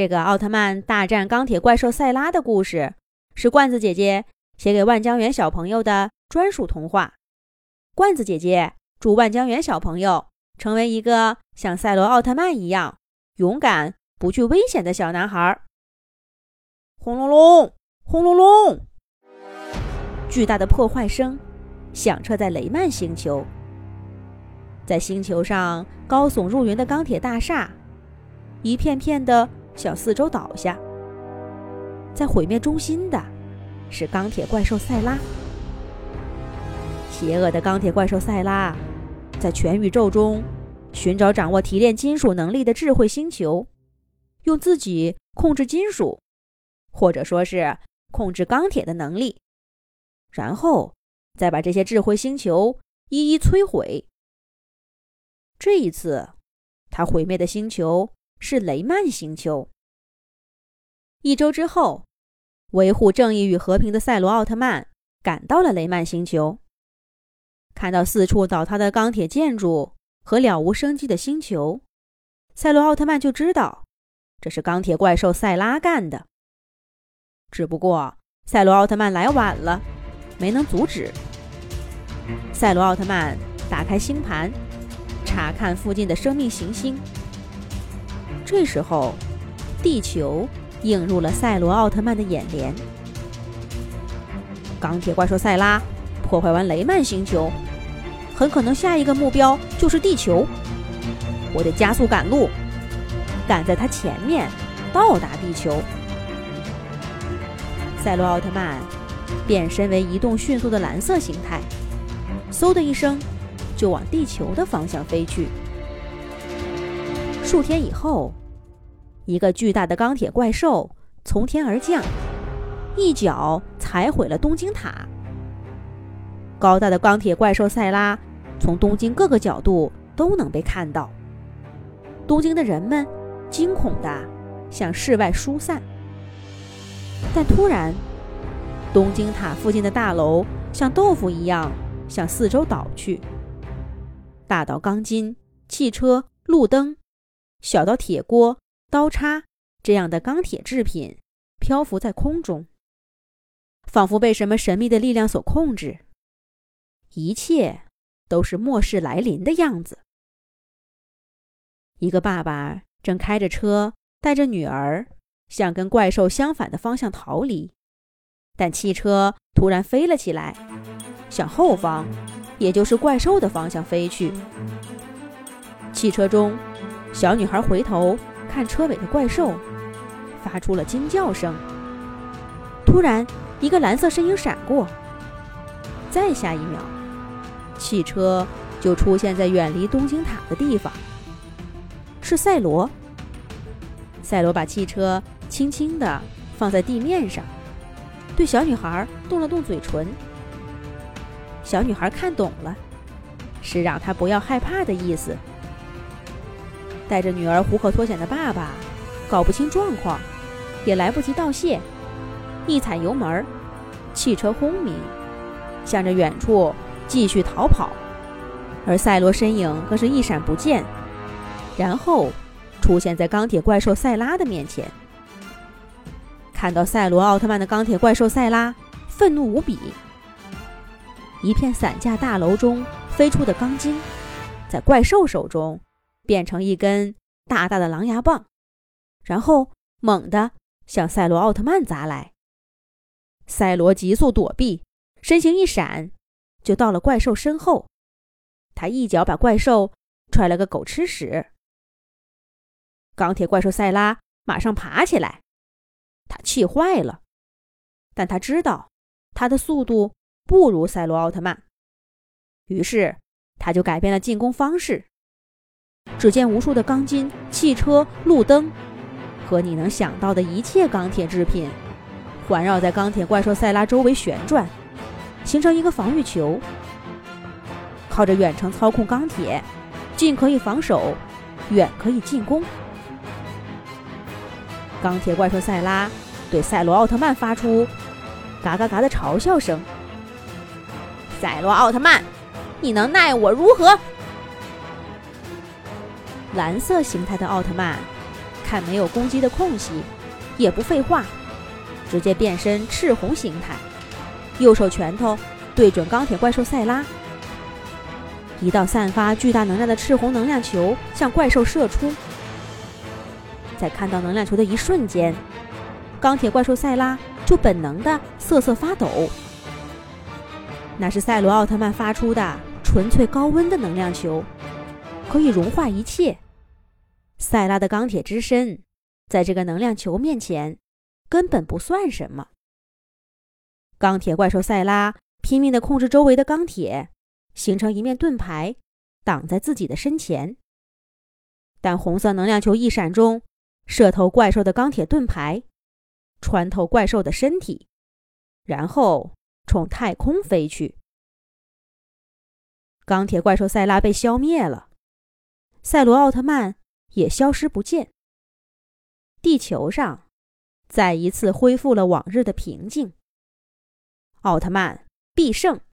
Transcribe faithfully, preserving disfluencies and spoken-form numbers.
这个奥特曼大战钢铁怪兽塞拉的故事，是罐子姐姐写给万江园小朋友的专属童话。罐子姐姐祝万江园小朋友成为一个像赛罗奥特曼一样勇敢、不惧危险的小男孩。轰隆隆，轰隆隆，巨大的破坏声响彻在雷曼星球。在星球上高耸入云的钢铁大厦，一片片的向四周倒下。在毁灭中心的是钢铁怪兽塞拉。邪恶的钢铁怪兽塞拉在全宇宙中寻找掌握提炼金属能力的智慧星球，用自己控制金属，或者说是控制钢铁的能力，然后再把这些智慧星球一一摧毁。这一次他毁灭的星球是雷曼星球。一周之后，维护正义与和平的赛罗奥特曼赶到了雷曼星球。看到四处倒塌的钢铁建筑和了无生机的星球，赛罗奥特曼就知道这是钢铁怪兽塞拉干的。只不过赛罗奥特曼来晚了，没能阻止。赛罗奥特曼打开星盘，查看附近的生命行星。这时候地球映入了赛罗奥特曼的眼帘。钢铁怪兽塞拉破坏完雷曼星球，很可能下一个目标就是地球。我得加速赶路，赶在他前面到达地球。赛罗奥特曼变身为移动迅速的蓝色形态，嗖的一声就往地球的方向飞去。数天以后，一个巨大的钢铁怪兽从天而降，一脚踩毁了东京塔。高大的钢铁怪兽塞拉从东京各个角度都能被看到。东京的人们惊恐地向室外疏散。但突然，东京塔附近的大楼像豆腐一样向四周倒去，大到钢筋、汽车、路灯，小到铁锅、刀叉这样的钢铁制品漂浮在空中，仿佛被什么神秘的力量所控制。一切都是末世来临的样子。一个爸爸正开着车带着女儿向跟怪兽相反的方向逃离，但汽车突然飞了起来，向后方，也就是怪兽的方向飞去。汽车中，小女孩回头看车尾的怪兽，发出了惊叫声。突然，一个蓝色身影闪过，再下一秒，汽车就出现在远离东京塔的地方。是赛罗。赛罗把汽车轻轻地放在地面上，对小女孩动了动嘴唇。小女孩看懂了，是让她不要害怕的意思。带着女儿虎口脱险的爸爸搞不清状况，也来不及道谢，一踩油门，汽车轰鸣，向着远处继续逃跑。而赛罗身影更是一闪不见，然后出现在钢铁怪兽塞拉的面前。看到赛罗奥特曼的钢铁怪兽塞拉愤怒无比。一片散架大楼中飞出的钢筋，在怪兽手中变成一根大大的狼牙棒，然后猛地向赛罗奥特曼砸来。赛罗急速躲避，身形一闪，就到了怪兽身后。他一脚把怪兽踹了个狗吃屎。钢铁怪兽塞拉马上爬起来，他气坏了，但他知道他的速度不如赛罗奥特曼，于是他就改变了进攻方式。只见无数的钢筋、汽车、路灯和你能想到的一切钢铁制品环绕在钢铁怪兽塞拉周围旋转，形成一个防御球。靠着远程操控钢铁，近可以防守，远可以进攻。钢铁怪兽塞拉对赛罗奥特曼发出嘎嘎嘎的嘲笑声。赛罗奥特曼，你能奈我如何？蓝色形态的奥特曼看没有攻击的空隙，也不废话，直接变身赤红形态，右手拳头对准钢铁怪兽塞拉。一道散发巨大能量的赤红能量球向怪兽射出。在看到能量球的一瞬间，钢铁怪兽塞拉就本能地瑟瑟发抖。那是赛罗奥特曼发出的纯粹高温的能量球，可以融化一切。塞拉的钢铁之身在这个能量球面前根本不算什么。钢铁怪兽塞拉拼命地控制周围的钢铁，形成一面盾牌，挡在自己的身前。但红色能量球一闪中，射透怪兽的钢铁盾牌，穿透怪兽的身体，然后冲太空飞去。钢铁怪兽塞拉被消灭了，赛罗奥特曼也消失不见。地球上再一次恢复了往日的平静。奥特曼必胜！